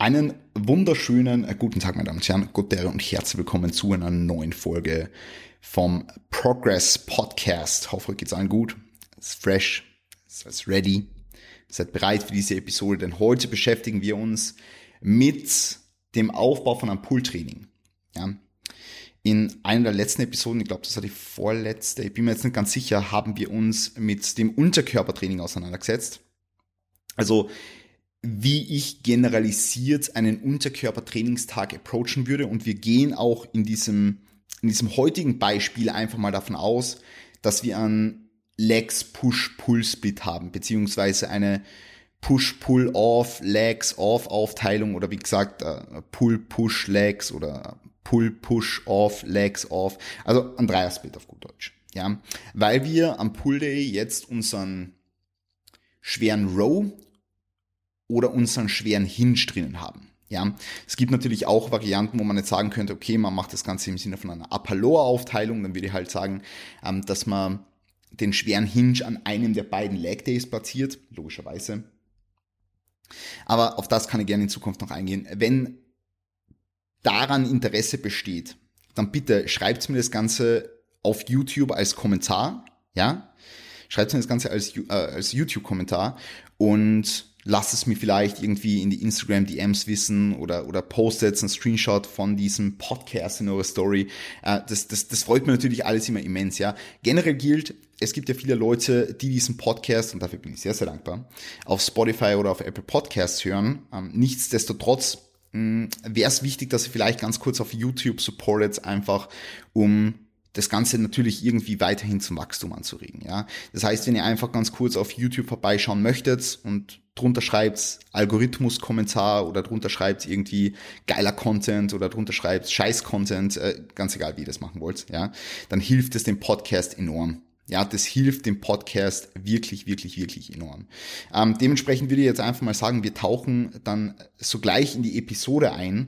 Einen wunderschönen guten Tag, meine Damen und Herren, gute Ehre und herzlich willkommen zu einer neuen Folge vom Progress Podcast. Ich hoffe, euch geht's allen gut, ist fresh, ist ready, seid bereit für diese Episode, denn heute beschäftigen wir uns mit dem Aufbau von einem Pull-Training. Ja. In einer der letzten Episoden, ich glaube, das war die vorletzte, ich bin mir jetzt nicht ganz sicher, haben wir uns mit dem Unterkörpertraining auseinandergesetzt. Also wie ich generalisiert einen Unterkörpertrainingstag approachen würde. Und wir gehen auch in diesem heutigen Beispiel einfach mal davon aus, dass wir einen Legs-Push-Pull-Split haben, beziehungsweise eine Push-Pull-Off, Legs-Off Aufteilung oder wie gesagt Pull-Push-Legs oder Pull-Push-Off, Legs-Off. Also ein Dreier-Split auf gut Deutsch. Ja? Weil wir am Pull-Day jetzt unseren schweren Row oder unseren schweren Hinge drinnen haben. Ja, es gibt natürlich auch Varianten, wo man jetzt sagen könnte, okay, man macht das Ganze im Sinne von einer Upper-Lower-Aufteilung, dann würde ich halt sagen, dass man den schweren Hinge an einem der beiden Leg Days platziert, logischerweise. Aber auf das kann ich gerne in Zukunft noch eingehen. Wenn daran Interesse besteht, dann bitte schreibt mir das Ganze auf YouTube als Kommentar, ja, schreibt mir das Ganze als YouTube-Kommentar und lasst es mir vielleicht irgendwie in die Instagram-DMs wissen oder postet einen Screenshot von diesem Podcast in eure Story. Das freut mich natürlich alles immer immens, ja. Generell gilt, es gibt ja viele Leute, die diesen Podcast, und dafür bin ich sehr, sehr dankbar, auf Spotify oder auf Apple Podcasts hören. Nichtsdestotrotz wäre es wichtig, dass ihr vielleicht ganz kurz auf YouTube supportet, einfach um das Ganze natürlich irgendwie weiterhin zum Wachstum anzuregen, ja. Das heißt, wenn ihr einfach ganz kurz auf YouTube vorbeischauen möchtet und drunter schreibt Algorithmus-Kommentar oder drunter schreibt irgendwie geiler Content oder drunter schreibt Scheiß-Content, ganz egal, wie ihr das machen wollt, ja, dann hilft es dem Podcast enorm. Ja, das hilft dem Podcast wirklich, wirklich, wirklich enorm. Dementsprechend würde ich jetzt einfach mal sagen, wir tauchen dann sogleich in die Episode ein.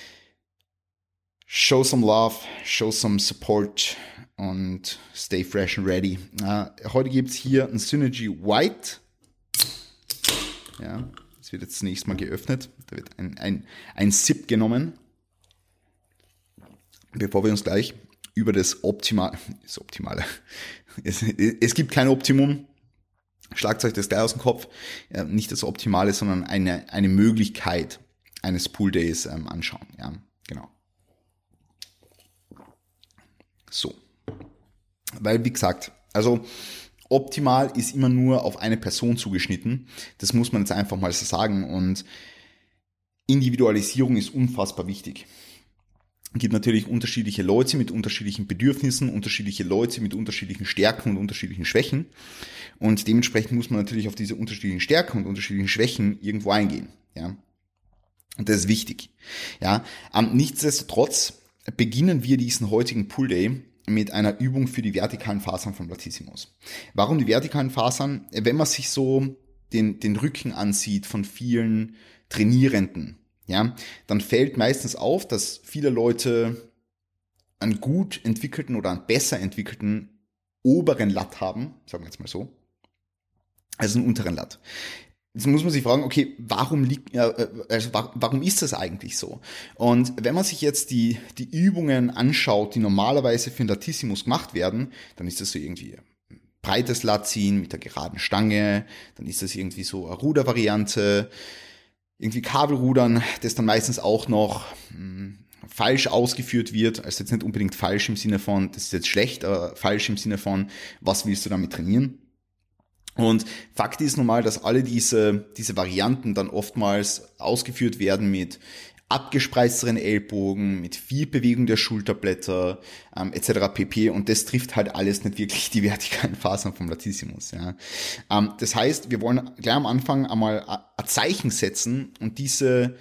Show some love, show some support und stay fresh and ready. Heute gibt's hier ein Synergy White. Ja, das wird jetzt zunächst mal geöffnet. Da wird ein Sip genommen, bevor wir uns gleich über das Optimale. Es gibt kein Optimum. Schlagt euch das gleich aus dem Kopf. Nicht das Optimale, sondern eine Möglichkeit eines Pool Days anschauen. Ja, genau. So. Weil, wie gesagt, also optimal ist immer nur auf eine Person zugeschnitten. Das muss man jetzt einfach mal so sagen. Und Individualisierung ist unfassbar wichtig. Es gibt natürlich unterschiedliche Leute mit unterschiedlichen Bedürfnissen, unterschiedliche Leute mit unterschiedlichen Stärken und unterschiedlichen Schwächen. Und dementsprechend muss man natürlich auf diese unterschiedlichen Stärken und unterschiedlichen Schwächen irgendwo eingehen. Ja. Und das ist wichtig. Ja. Nichtsdestotrotz beginnen wir diesen heutigen Pull Day mit einer Übung für die vertikalen Fasern vom Latissimus. Warum die vertikalen Fasern? Wenn man sich so den Rücken ansieht von vielen Trainierenden, ja, dann fällt meistens auf, dass viele Leute einen gut entwickelten oder einen besser entwickelten oberen Lat haben, sagen wir jetzt mal so, als einen unteren Lat. Jetzt muss man sich fragen, okay, warum ist das eigentlich so? Und wenn man sich jetzt die Übungen anschaut, die normalerweise für den Latissimus gemacht werden, dann ist das so irgendwie breites Lat ziehen mit der geraden Stange, dann ist das irgendwie so eine Rudervariante, irgendwie Kabelrudern, das dann meistens auch noch falsch ausgeführt wird, also jetzt nicht unbedingt falsch im Sinne von, das ist jetzt schlecht, aber falsch im Sinne von, was willst du damit trainieren? Und Fakt ist nun mal, dass alle diese Varianten dann oftmals ausgeführt werden mit abgespreizteren Ellbogen, mit viel Bewegung der Schulterblätter etc. pp. Und das trifft halt alles nicht wirklich die vertikalen Fasern vom Latissimus. Ja. Das heißt, wir wollen gleich am Anfang einmal ein Zeichen setzen und diesen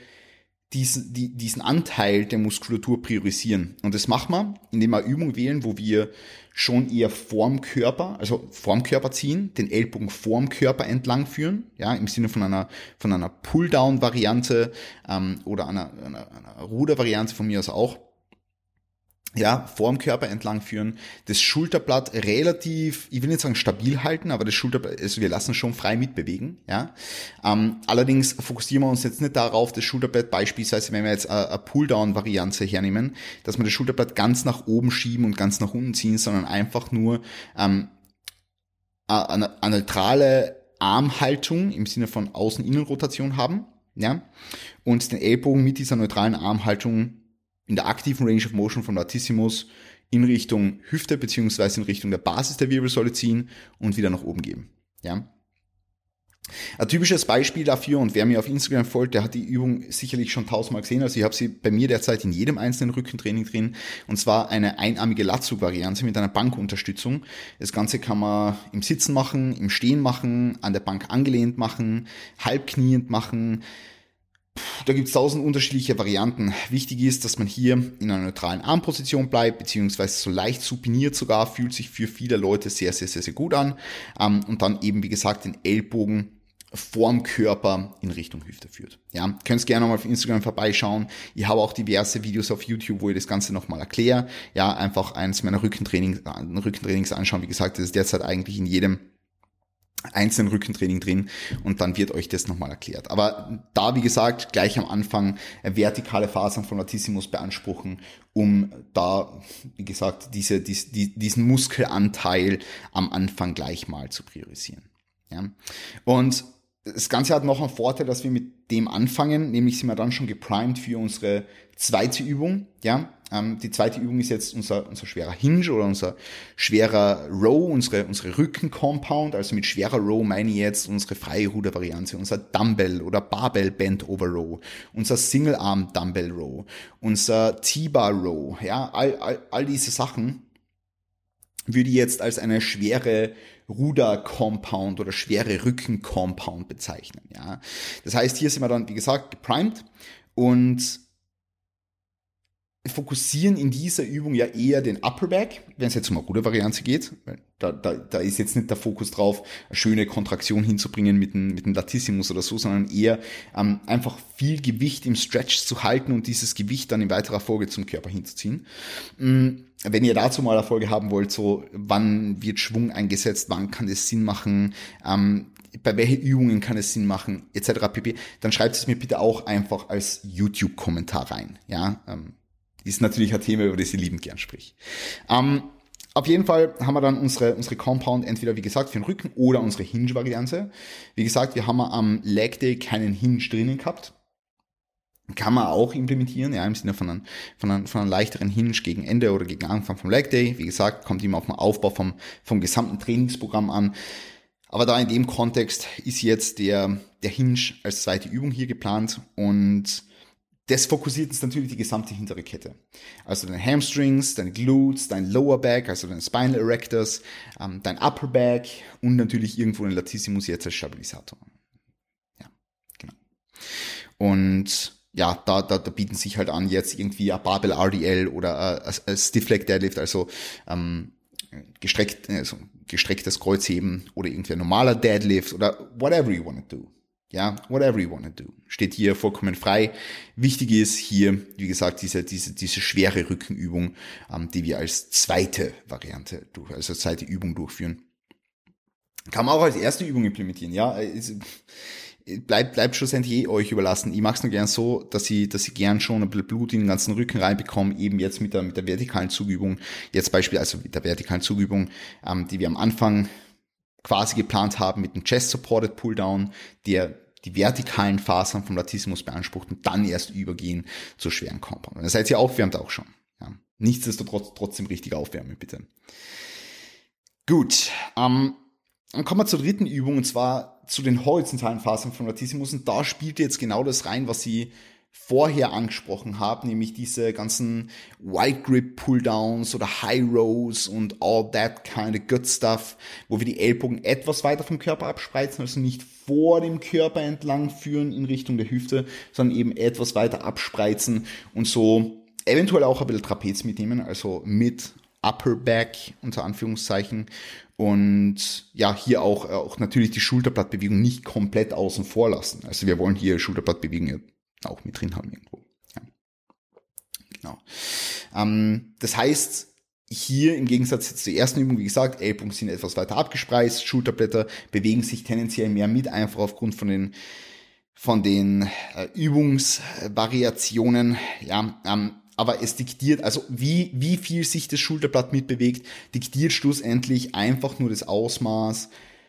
Anteil der Muskulatur priorisieren. Und das machen wir, indem wir eine Übung wählen, wo wir schon eher vorm Körper ziehen, den Ellbogen vorm Körper entlang führen, ja, im Sinne von einer Pull-Down-Variante oder einer Ruder-Variante von mir aus auch. ja, vorm Körper entlang führen, das Schulterblatt relativ, ich will nicht sagen stabil halten, aber das Schulterblatt, also wir lassen es schon frei mitbewegen, ja. Allerdings fokussieren wir uns jetzt nicht darauf, das Schulterblatt beispielsweise, wenn wir jetzt eine Pull-Down-Variante hernehmen, dass wir das Schulterblatt ganz nach oben schieben und ganz nach unten ziehen, sondern einfach nur eine neutrale Armhaltung im Sinne von Außen-Innen-Rotation haben, ja, und den Ellbogen mit dieser neutralen Armhaltung in der aktiven Range of Motion vom Latissimus in Richtung Hüfte beziehungsweise in Richtung der Basis der Wirbelsäule ziehen und wieder nach oben geben. Ja. Ein typisches Beispiel dafür, und wer mir auf Instagram folgt, der hat die Übung sicherlich schon 1000-mal gesehen, also ich habe sie bei mir derzeit in jedem einzelnen Rückentraining drin, und zwar eine einarmige Latzug-Variante mit einer Bankunterstützung. Das Ganze kann man im Sitzen machen, im Stehen machen, an der Bank angelehnt machen, halbkniend machen. Da gibt es 1000 unterschiedliche Varianten. Wichtig ist, dass man hier in einer neutralen Armposition bleibt, beziehungsweise so leicht supiniert sogar, fühlt sich für viele Leute sehr, sehr, sehr, sehr gut an. Und dann eben, wie gesagt, den Ellbogen vorm Körper in Richtung Hüfte führt. Ja, könnt gerne mal auf Instagram vorbeischauen. Ich habe auch diverse Videos auf YouTube, wo ich das Ganze nochmal erkläre. Ja, einfach eins meiner Rückentrainings anschauen. Wie gesagt, das ist derzeit eigentlich in jedem einzelnen Rückentraining drin und dann wird euch das nochmal erklärt. Aber da, wie gesagt, gleich am Anfang vertikale Fasern vom Latissimus beanspruchen, um da, wie gesagt, diesen Muskelanteil am Anfang gleich mal zu priorisieren. Ja. Und das Ganze hat noch einen Vorteil, dass wir mit dem anfangen, nämlich sind wir dann schon geprimed für unsere zweite Übung. Ja, die zweite Übung ist jetzt unser schwerer Hinge oder unser schwerer Row, unsere Rücken-Compound. Also mit schwerer Row meine ich jetzt unsere freie Ruder-Variante, unser Dumbbell oder Barbell Bent Over Row, unser Single Arm Dumbbell Row, unser T-Bar Row. Ja, all diese Sachen würde ich jetzt als eine schwere Ruder-Compound oder schwere Rücken-Compound bezeichnen. Ja, das heißt, hier sind wir dann, wie gesagt, geprimed und fokussieren in dieser Übung ja eher den Upper Back, wenn es jetzt um eine Ruder-Variante geht. Weil da ist jetzt nicht der Fokus drauf, eine schöne Kontraktion hinzubringen mit dem Latissimus oder so, sondern eher einfach viel Gewicht im Stretch zu halten und dieses Gewicht dann in weiterer Folge zum Körper hinzuziehen. Wenn ihr dazu mal eine Folge haben wollt, so wann wird Schwung eingesetzt, wann kann das Sinn machen, bei welchen Übungen kann es Sinn machen, etc. pp., dann schreibt es mir bitte auch einfach als YouTube-Kommentar rein. Ja, ist natürlich ein Thema, über das ich liebend gern sprich. Auf jeden Fall haben wir dann unsere Compound entweder, wie gesagt, für den Rücken oder unsere Hinge-Variante. Wie gesagt, wir haben am Leg Day keinen Hinge drinnen gehabt. Kann man auch implementieren, ja, im Sinne von einem leichteren Hinge gegen Ende oder gegen Anfang vom Leg Day. Wie gesagt, kommt immer auf den Aufbau vom gesamten Trainingsprogramm an. Aber da in dem Kontext ist jetzt der Hinge als zweite Übung hier geplant und das fokussiert jetzt natürlich die gesamte hintere Kette. Also deine Hamstrings, deine Glutes, dein Lower Back, also deine Spinal Erectors, dein Upper Back und natürlich irgendwo den Latissimus jetzt als Stabilisator. Ja, genau. Und ja, da bieten sich halt an jetzt irgendwie ein Barbell RDL oder ein Stiff Leg Deadlift, also gestrecktes Kreuzheben oder irgendwie ein normaler Deadlift oder whatever you want to do. Ja, whatever you want to do. Steht hier vollkommen frei. Wichtig ist hier, wie gesagt, diese schwere Rückenübung, die wir als zweite Variante, also zweite Übung durchführen. Kann man auch als erste Übung implementieren, ja. Bleibt schlussendlich euch überlassen. Ich mache es nur gern so, dass ich gern schon ein bisschen Blut in den ganzen Rücken reinbekomme, eben jetzt mit der vertikalen Zugübung, jetzt beispielsweise mit der vertikalen Zugübung, die wir am Anfang quasi geplant haben mit dem Chest-Supported Pulldown, der die vertikalen Fasern vom Latissimus beansprucht und dann erst übergehen zur schweren Compound. Das heißt, ihr aufwärmt auch schon. Ja. Nichtsdestotrotz trotzdem richtig aufwärmen, bitte. Gut, dann kommen wir zur dritten Übung, und zwar zu den horizontalen Fasern vom Latissimus. Und da spielt jetzt genau das rein, was ich vorher angesprochen habe, nämlich diese ganzen Wide Grip Pulldowns oder High Rows und all that kind of good stuff, wo wir die Ellbogen etwas weiter vom Körper abspreizen, also nicht vor dem Körper entlang führen in Richtung der Hüfte, sondern eben etwas weiter abspreizen und so eventuell auch ein bisschen Trapez mitnehmen, also mit Upper Back unter Anführungszeichen, und ja, hier auch natürlich die Schulterblattbewegung nicht komplett außen vor lassen. Also wir wollen hier Schulterblattbewegung auch mit drin haben irgendwo. Ja. Das heißt, hier im Gegensatz zur ersten Übung, wie gesagt, Ellbogen sind etwas weiter abgespreizt, Schulterblätter bewegen sich tendenziell mehr mit, einfach aufgrund von den Übungsvariationen, ja, aber es diktiert, also wie viel sich das Schulterblatt mitbewegt, diktiert schlussendlich einfach nur das Ausmaß,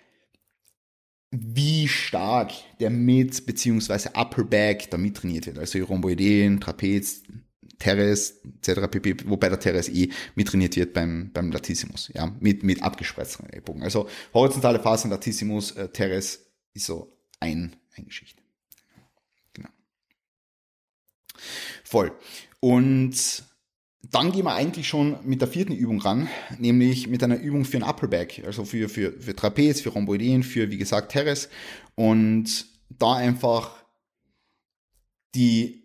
wie stark der Mid- bzw. Upper Back da mit trainiert wird, also Rhomboideen, Trapez, Teres etc. pp., wobei der Teres mit trainiert wird beim Latissimus, ja, mit abgespreizten Ellbogen. Also horizontale Phase Latissimus, Teres ist so eine Geschichte. Genau. Voll. Und dann gehen wir eigentlich schon mit der vierten Übung ran, nämlich mit einer Übung für den Upper Back, also für Trapez, für Rhomboideen, für, wie gesagt, Teres. Und da einfach die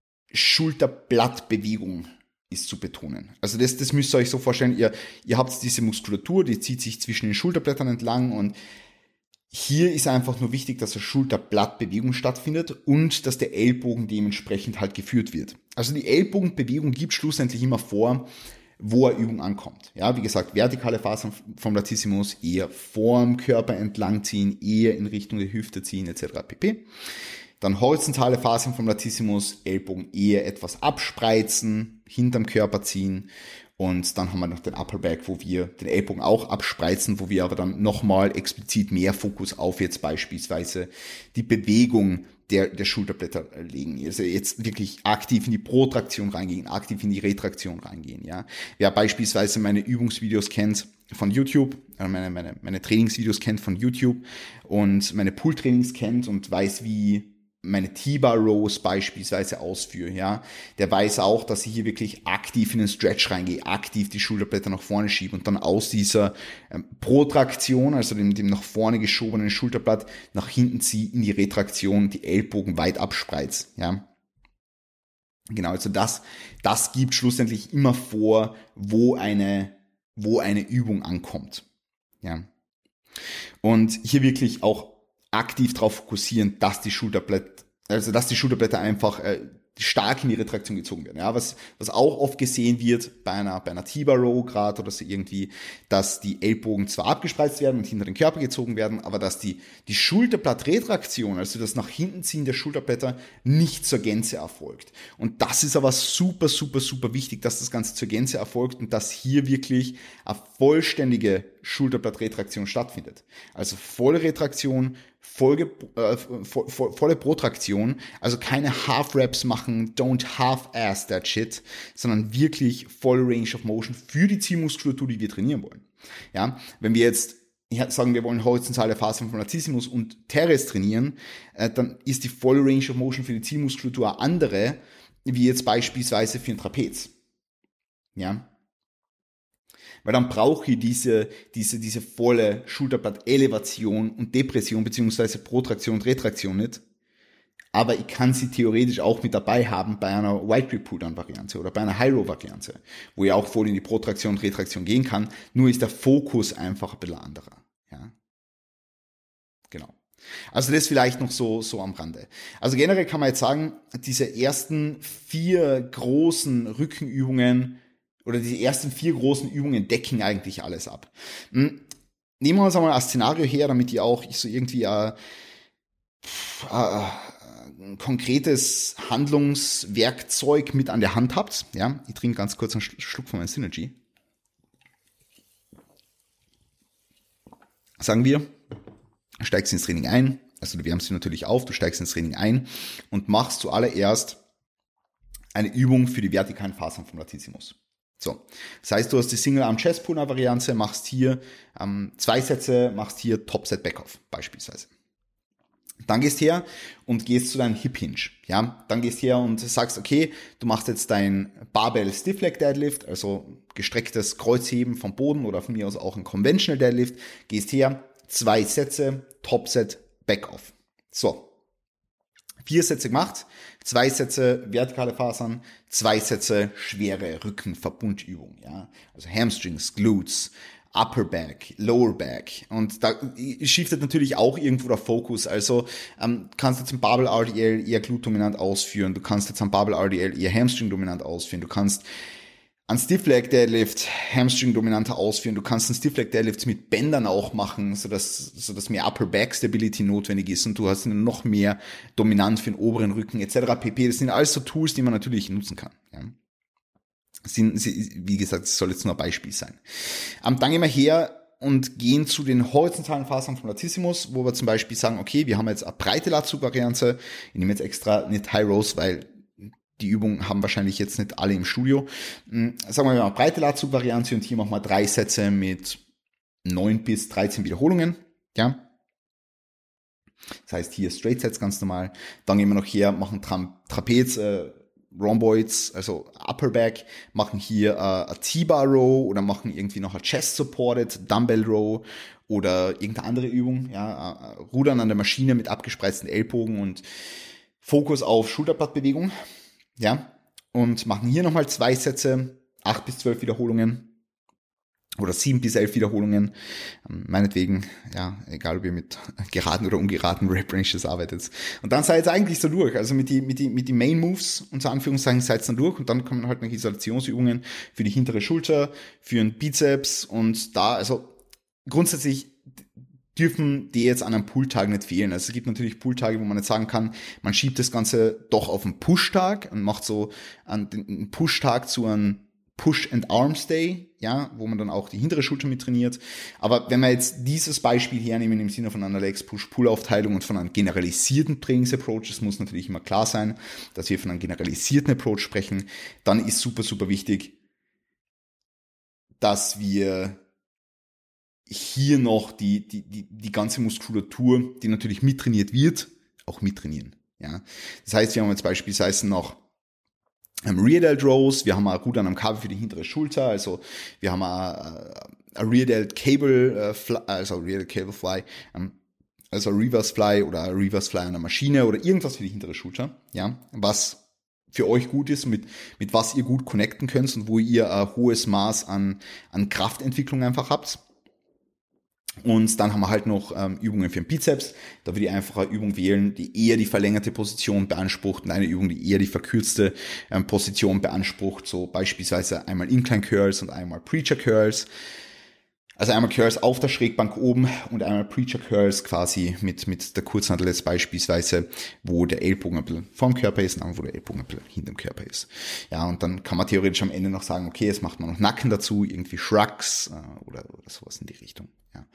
Schulterblattbewegung ist zu betonen. Also das müsst ihr euch so vorstellen, ihr habt diese Muskulatur, die zieht sich zwischen den Schulterblättern entlang und hier ist einfach nur wichtig, dass eine Schulterblattbewegung stattfindet und dass der Ellbogen dementsprechend halt geführt wird. Also die Ellbogenbewegung gibt schlussendlich immer vor, wo eine Übung ankommt. Ja, wie gesagt, vertikale Phase vom Latissimus eher vorm Körper entlang ziehen, eher in Richtung der Hüfte ziehen etc. pp. Dann horizontale Phase vom Latissimus, Ellbogen eher etwas abspreizen, hinterm Körper ziehen. Und dann haben wir noch den Upper Back, wo wir den Ellbogen auch abspreizen, wo wir aber dann nochmal explizit mehr Fokus auf jetzt beispielsweise die Bewegung der Schulterblätter legen. Also jetzt wirklich aktiv in die Protraktion reingehen, aktiv in die Retraktion reingehen. Ja, wer beispielsweise meine Übungsvideos kennt von YouTube, meine Trainingsvideos kennt von YouTube und meine Pull-Trainings kennt und weiß, wie meine T-Bar Rows beispielsweise ausführe, ja, der weiß auch, dass ich hier wirklich aktiv in den Stretch reingehe, aktiv die Schulterblätter nach vorne schiebe und dann aus dieser Protraktion, also dem nach vorne geschobenen Schulterblatt, nach hinten ziehe in die Retraktion, die Ellbogen weit abspreiz, ja. Genau, also das gibt schlussendlich immer vor, wo eine Übung ankommt, ja. Und hier wirklich auch aktiv darauf fokussieren, dass die Schulterblätter einfach stark in die Retraktion gezogen werden. Ja, was auch oft gesehen wird bei einer T-Bar Row gerade oder so irgendwie, dass die Ellbogen zwar abgespreizt werden und hinter den Körper gezogen werden, aber dass die Schulterblattretraktion, also das nach hinten ziehen der Schulterblätter, nicht zur Gänze erfolgt. Und das ist aber super, super, super wichtig, dass das Ganze zur Gänze erfolgt und dass hier wirklich eine vollständige Schulterblattretraktion stattfindet. Also volle Retraktion, volle Protraktion, also keine Half-Reps machen, don't half-ass that shit, sondern wirklich volle Range of Motion für die Zielmuskulatur, die wir trainieren wollen. Ja, wenn wir jetzt sagen, wir wollen horizontale Phasen von Latissimus und Teres trainieren, dann ist die volle Range of Motion für die Zielmuskulatur eine andere, wie jetzt beispielsweise für ein Trapez. Ja, weil dann brauche ich diese volle Schulterblatt-Elevation und Depression beziehungsweise Protraktion und Retraktion nicht. Aber ich kann sie theoretisch auch mit dabei haben bei einer Wide Grip Pulldown Variante oder bei einer High Row Variante, wo ich auch voll in die Protraktion und Retraktion gehen kann. Nur ist der Fokus einfach ein bisschen anderer. Ja, genau. Also das vielleicht noch so am Rande. Also generell kann man jetzt sagen, diese ersten 4 großen Rückenübungen oder die ersten 4 großen Übungen decken eigentlich alles ab. Nehmen wir uns einmal ein Szenario her, damit ihr auch so irgendwie ein konkretes Handlungswerkzeug mit an der Hand habt. Ja, ich trinke ganz kurz einen Schluck von meinem Synergy. Sagen wir, steigst ins Training ein, also du wärmst dich natürlich auf, du steigst ins Training ein und machst zuallererst eine Übung für die vertikalen Fasern vom Latissimus. So, das heißt, du hast die Single-Arm-Chest-Pull-Variante, machst hier 2 Sätze, machst hier Top-Set Back-Off beispielsweise. Dann gehst her und gehst zu deinem Hip-Hinge. Ja, dann gehst her und sagst, okay, du machst jetzt dein Barbell Stiff Leg Deadlift, also gestrecktes Kreuzheben vom Boden oder von mir aus auch ein Conventional Deadlift. Gehst her, 2 Sätze, Top-Set Back-Off. So. 4 Sätze gemacht, 2 Sätze vertikale Fasern, 2 Sätze schwere Rückenverbundübungen, ja. Also Hamstrings, Glutes, Upper Back, Lower Back. Und da shiftet natürlich auch irgendwo der Fokus. Also kannst du jetzt ein Barbell RDL eher Glute-dominant ausführen, du kannst jetzt ein Barbell RDL eher Hamstring-dominant ausführen, du kannst Ein Stiff Leg Deadlift Hamstring dominanter ausführen. Du kannst einen Stiff Leg Deadlift mit Bändern auch machen, sodass mehr Upper Back Stability notwendig ist und du hast noch mehr Dominanz für den oberen Rücken etc. pp. Das sind alles so Tools, die man natürlich nutzen kann. Ja. Wie gesagt, es soll jetzt nur ein Beispiel sein. Dann gehen wir her und gehen zu den horizontalen Fasern von Latissimus, wo wir zum Beispiel sagen, okay, wir haben jetzt eine breite Latzug-Variante. Ich nehme jetzt extra nicht High Rows, weil die Übung haben wahrscheinlich jetzt nicht alle im Studio. Sagen wir mal eine breite Latzug-Variante und hier machen wir 3 Sätze mit 9 bis 13 Wiederholungen. Ja. Das heißt, hier Straight Sets ganz normal. Dann gehen wir noch her, machen Trapez, Rhomboids, also Upper Back, machen hier a T-Bar Row oder machen irgendwie noch a Chest Supported Dumbbell Row oder irgendeine andere Übung, ja, Rudern an der Maschine mit abgespreizten Ellbogen und Fokus auf Schulterblattbewegung, ja, und machen hier nochmal 2 Sätze, 8 bis 12 Wiederholungen oder 7 bis 11 Wiederholungen, meinetwegen, ja, egal ob ihr mit geraden oder ungeraden Rep-Ranges arbeitet. Und dann seid ihr eigentlich so durch, also mit die Main Moves, unter Anführungszeichen, seid ihr dann durch und dann kommen halt noch Isolationsübungen für die hintere Schulter, für den Bizeps und da, also grundsätzlich dürfen die jetzt an einem Pull-Tag nicht fehlen. Also es gibt natürlich Pull-Tage, wo man nicht sagen kann, man schiebt das Ganze doch auf einen Push-Tag und macht so einen Push-Tag zu einem Push and Arms Day, ja, wo man dann auch die hintere Schulter mit trainiert. Aber wenn wir jetzt dieses Beispiel hernehmen im Sinne von einer Legs Push-Pull-Aufteilung und von einem generalisierten Trainingsapproach, das muss natürlich immer klar sein, dass wir von einem generalisierten Approach sprechen, dann ist super, super wichtig, dass wir hier noch die ganze Muskulatur, die natürlich mittrainiert wird, auch mittrainieren, ja. Das heißt, wir haben jetzt beispielsweise noch Rear Delt Rows, wir haben ein Rudern am Kabel für die hintere Schulter, also wir haben ein Rear Delt Cable Fly, also Rear Delt Cable Fly, also Reverse Fly oder Reverse Fly an der Maschine oder irgendwas für die hintere Schulter, ja, was für euch gut ist, mit was ihr gut connecten könnt und wo ihr ein hohes Maß an Kraftentwicklung einfach habt. Und dann haben wir halt noch Übungen für den Bizeps. Da würde ich einfach eine Übung wählen, die eher die verlängerte Position beansprucht und eine Übung, die eher die verkürzte Position beansprucht. So beispielsweise einmal Incline Curls und einmal Preacher Curls. Also einmal Curls auf der Schrägbank oben und einmal Preacher Curls quasi mit der Kurzhantel jetzt beispielsweise, wo der Ellbogen ein bisschen vorm Körper ist und wo der Ellbogen ein bisschen hinterm Körper ist. Ja, und dann kann man theoretisch am Ende noch sagen, okay, jetzt macht man noch Nacken dazu, irgendwie Shrugs oder sowas in die Richtung.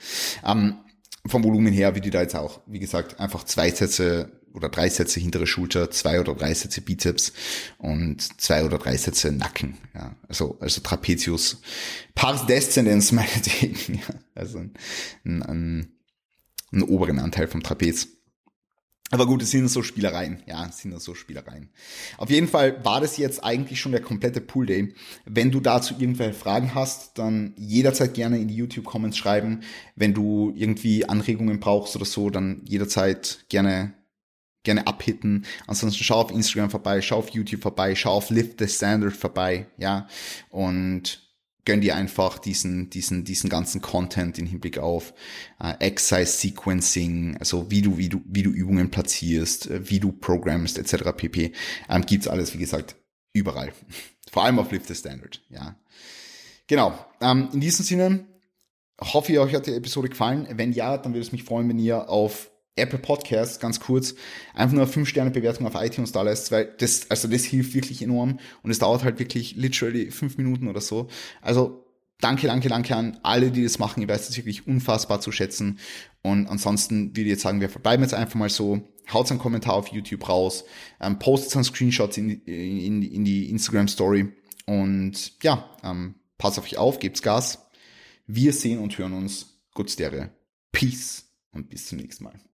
Ja. Vom Volumen her würde ich da jetzt auch, wie gesagt, einfach 2 Sätze oder 3 Sätze hintere Schulter, 2 oder 3 Sätze Bizeps und 2 oder 3 Sätze Nacken. Ja, also Trapezius Pars Descendens meinetwegen. Ja, also einen oberen Anteil vom Trapez. Aber gut, es sind so Spielereien. Ja, es sind so Spielereien. Auf jeden Fall war das jetzt eigentlich schon der komplette Pull Day. Wenn du dazu irgendwelche Fragen hast, dann jederzeit gerne in die YouTube-Comments schreiben. Wenn du irgendwie Anregungen brauchst oder so, dann jederzeit gerne abhitten. Ansonsten schau auf Instagram vorbei, schau auf YouTube vorbei, schau auf Lift the Standard vorbei, ja. Und gönn dir einfach diesen ganzen Content im Hinblick auf Exercise Sequencing, also wie du Übungen platzierst, wie du programmst, etc. pp. Gibt's alles, wie gesagt, überall. Vor allem auf Lift the Standard, ja. Genau. In diesem Sinne hoffe ich, euch hat die Episode gefallen. Wenn ja, dann würde es mich freuen, wenn ihr auf Apple Podcasts, ganz kurz, einfach nur 5-Sterne-Bewertung auf iTunes da lässt, weil das hilft wirklich enorm und es dauert halt wirklich literally 5 Minuten oder so. Also danke an alle, die das machen. Ich weiß das wirklich unfassbar zu schätzen. Und ansonsten würde ich jetzt sagen, wir verbleiben jetzt einfach mal so. Haut einen Kommentar auf YouTube raus, postet einen Screenshots in die Instagram-Story und ja, passt auf euch auf, gebt's Gas. Wir sehen und hören uns. Gut Stere. Peace und bis zum nächsten Mal.